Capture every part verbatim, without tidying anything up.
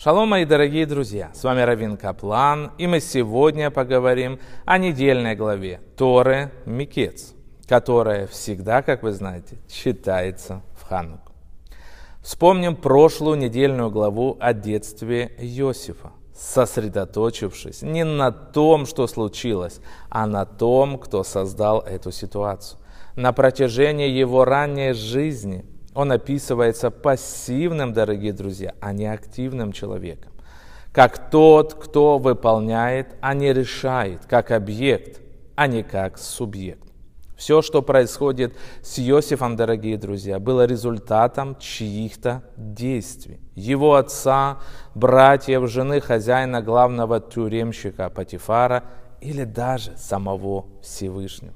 Шалом, мои дорогие друзья! С вами Равин Каплан, и мы сегодня поговорим о недельной главе Торы Микец, которая всегда, как вы знаете, читается в Хануку. Вспомним прошлую недельную главу о детстве Иосифа, сосредоточившись не на том, что случилось, а на том, кто создал эту ситуацию. На протяжении его ранней жизни он описывается пассивным, дорогие друзья, а не активным человеком. Как тот, кто выполняет, а не решает, как объект, а не как субъект. Все, что происходит с Иосифом, дорогие друзья, было результатом чьих-то действий. Его отца, братьев, жены хозяина, главного тюремщика Потифара или даже самого Всевышнего.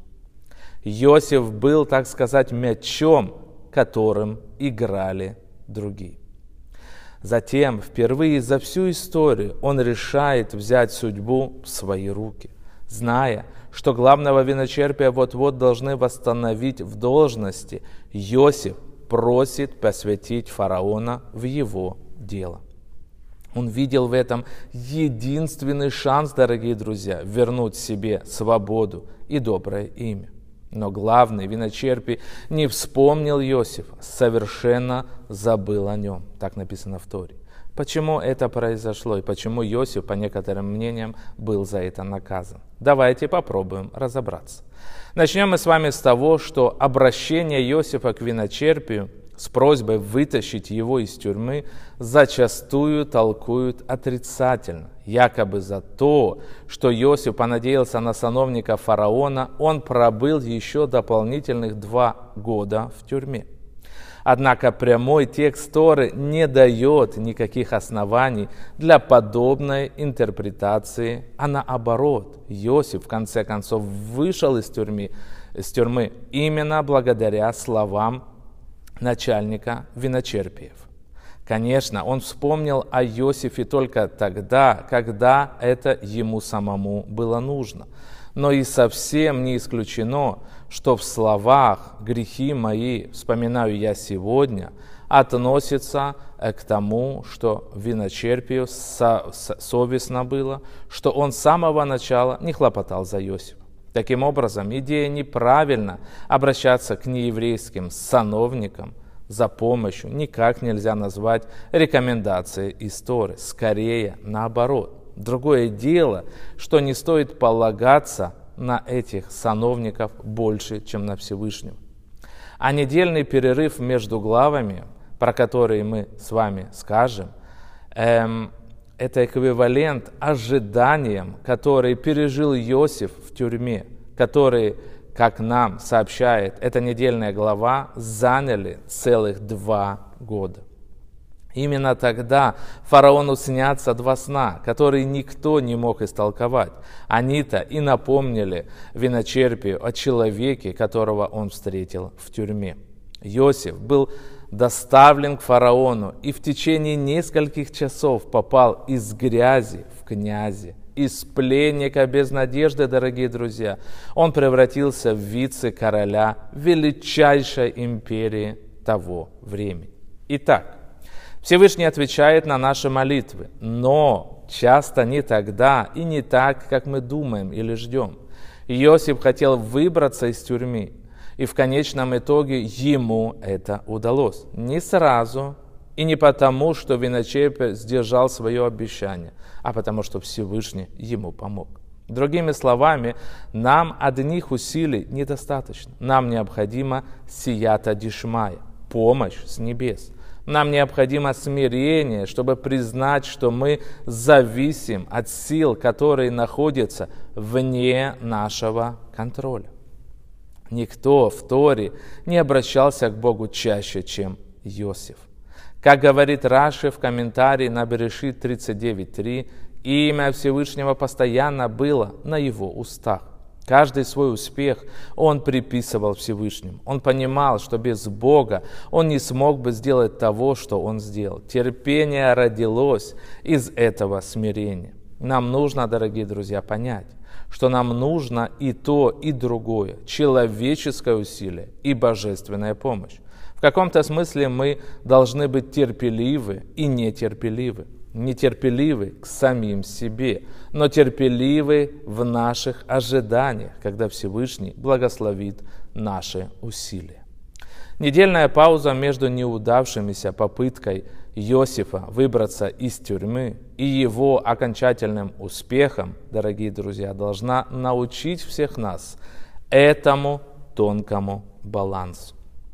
Иосиф был, так сказать, мячом, которым играли другие. Затем, впервые за всю историю, он решает взять судьбу в свои руки, зная, что главного виночерпия вот-вот должны восстановить в должности. Иосиф просит посвятить фараона в его дело. Он видел в этом единственный шанс, дорогие друзья, вернуть себе свободу и доброе имя. Но главный виночерпий не вспомнил Иосифа, совершенно забыл о нем. Так написано в Торе. Почему это произошло и почему Иосиф, по некоторым мнениям, был за это наказан? Давайте попробуем разобраться. Начнем мы с вами с того, что обращение Иосифа к виночерпию с просьбой вытащить его из тюрьмы зачастую толкуют отрицательно. Якобы за то, что Иосиф понадеялся на сановника фараона, он пробыл еще дополнительных два года в тюрьме. Однако прямой текст Торы не дает никаких оснований для подобной интерпретации, а наоборот, Иосиф в конце концов вышел из тюрьмы, из тюрьмы именно благодаря словам начальника виночерпиев. Конечно, он вспомнил о Иосифе только тогда, когда это ему самому было нужно. Но и совсем не исключено, что в словах «грехи мои вспоминаю я сегодня» относится к тому, что виночерпию совестно было, что он с самого начала не хлопотал за Иосифа. Таким образом, идея неправильно обращаться к нееврейским сановникам за помощью никак нельзя назвать рекомендацией из Торы. Скорее, наоборот. Другое дело, что не стоит полагаться на этих сановников больше, чем на Всевышнего. А недельный перерыв между главами, про который мы с вами скажем, эм, это эквивалент ожиданиям, которые пережил Иосиф в тюрьме, которые, как нам сообщает эта недельная глава, заняли целых два года. Именно тогда фараону снятся два сна, которые никто не мог истолковать. Они-то и напомнили виночерпию о человеке, которого он встретил в тюрьме. Иосиф был доставлен к фараону и в течение нескольких часов попал из грязи в князи, из пленника без надежды, дорогие друзья. Он превратился в вице-короля величайшей империи того времени. Итак, Всевышний отвечает на наши молитвы, но часто не тогда и не так, как мы думаем или ждем. Иосиф хотел выбраться из тюрьмы, и в конечном итоге ему это удалось. Не сразу и не потому, что виночерпий сдержал свое обещание, а потому, что Всевышний ему помог. Другими словами, нам одних усилий недостаточно. Нам необходимо сията дишмая, помощь с небес. Нам необходимо смирение, чтобы признать, что мы зависим от сил, которые находятся вне нашего контроля. Никто в Торе не обращался к Богу чаще, чем Иосиф. Как говорит Раши в комментарии на Берешит тридцать девять три, имя Всевышнего постоянно было на его устах. Каждый свой успех он приписывал Всевышнему. Он понимал, что без Бога он не смог бы сделать того, что он сделал. Терпение родилось из этого смирения. Нам нужно, дорогие друзья, понять, что нам нужно и то, и другое, человеческое усилие и божественная помощь. В каком-то смысле мы должны быть терпеливы и нетерпеливы. нетерпеливы к самим себе, но терпеливы в наших ожиданиях, когда Всевышний благословит наши усилия. Недельная пауза между неудавшимися попыткой Иосифа выбраться из тюрьмы и его окончательным успехом, дорогие друзья, должна научить всех нас этому тонкому балансу.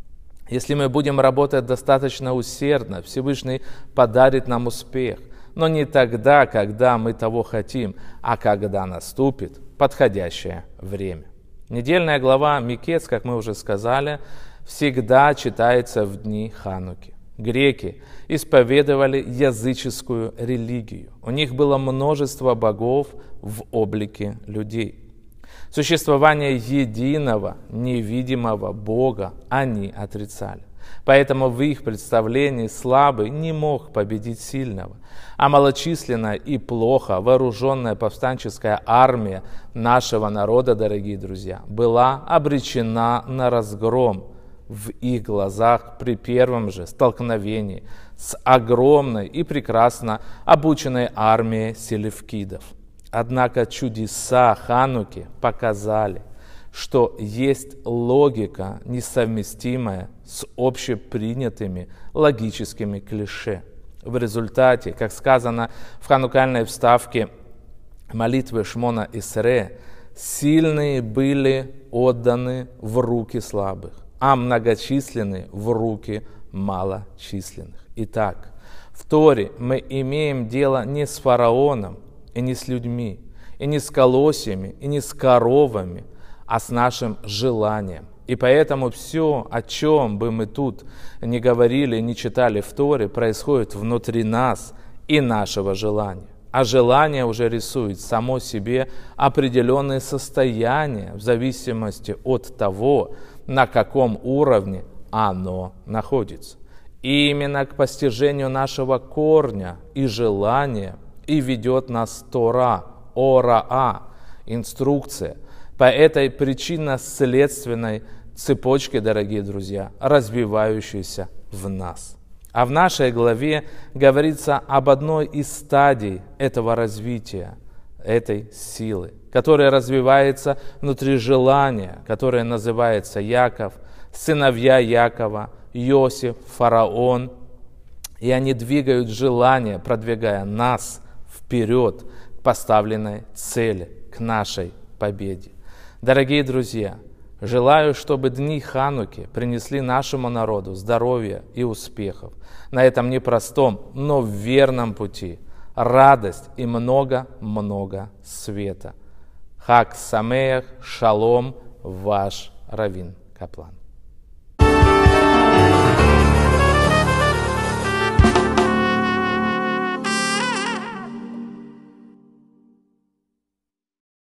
Если мы будем работать достаточно усердно, Всевышний подарит нам успех, но не тогда, когда мы того хотим, а когда наступит подходящее время. Недельная глава Микец, как мы уже сказали, всегда читается в дни Хануки. Греки исповедовали языческую религию. У них было множество богов в облике людей. Существование единого, невидимого Бога они отрицали. Поэтому в их представлении слабый не мог победить сильного. А малочисленная и плохо вооруженная повстанческая армия нашего народа, дорогие друзья, была обречена на разгром в их глазах при первом же столкновении с огромной и прекрасно обученной армией селевкидов. Однако чудеса Хануки показали, что есть логика, несовместимая с общепринятыми логическими клише. В результате, как сказано в ханукальной вставке молитвы Шмона Исре, сильные были отданы в руки слабых, а многочисленные в руки малочисленных. Итак, в Торе мы имеем дело не с фараоном, и не с людьми, и не с колосьями, и не с коровами, а с нашим желанием. И поэтому все, о чем бы мы тут не говорили, не читали в Торе, происходит внутри нас и нашего желания. А желание уже рисует само себе определенные состояния в зависимости от того, на каком уровне оно находится. И именно к постижению нашего корня и желания и ведет нас Тора, Ораа, инструкция. По этой причинно-следственной цепочке, дорогие друзья, развивающейся в нас. А в нашей главе говорится об одной из стадий этого развития, этой силы, которая развивается внутри желания, которое называется Яков, сыновья Якова, Иосиф, фараон. И они двигают желание, продвигая нас вперед к поставленной цели, к нашей победе. Дорогие друзья, желаю, чтобы дни Хануки принесли нашему народу здоровья и успехов на этом непростом, но верном пути, радость и много-много света. Хаг Самеах, шалом, ваш Равин Каплан.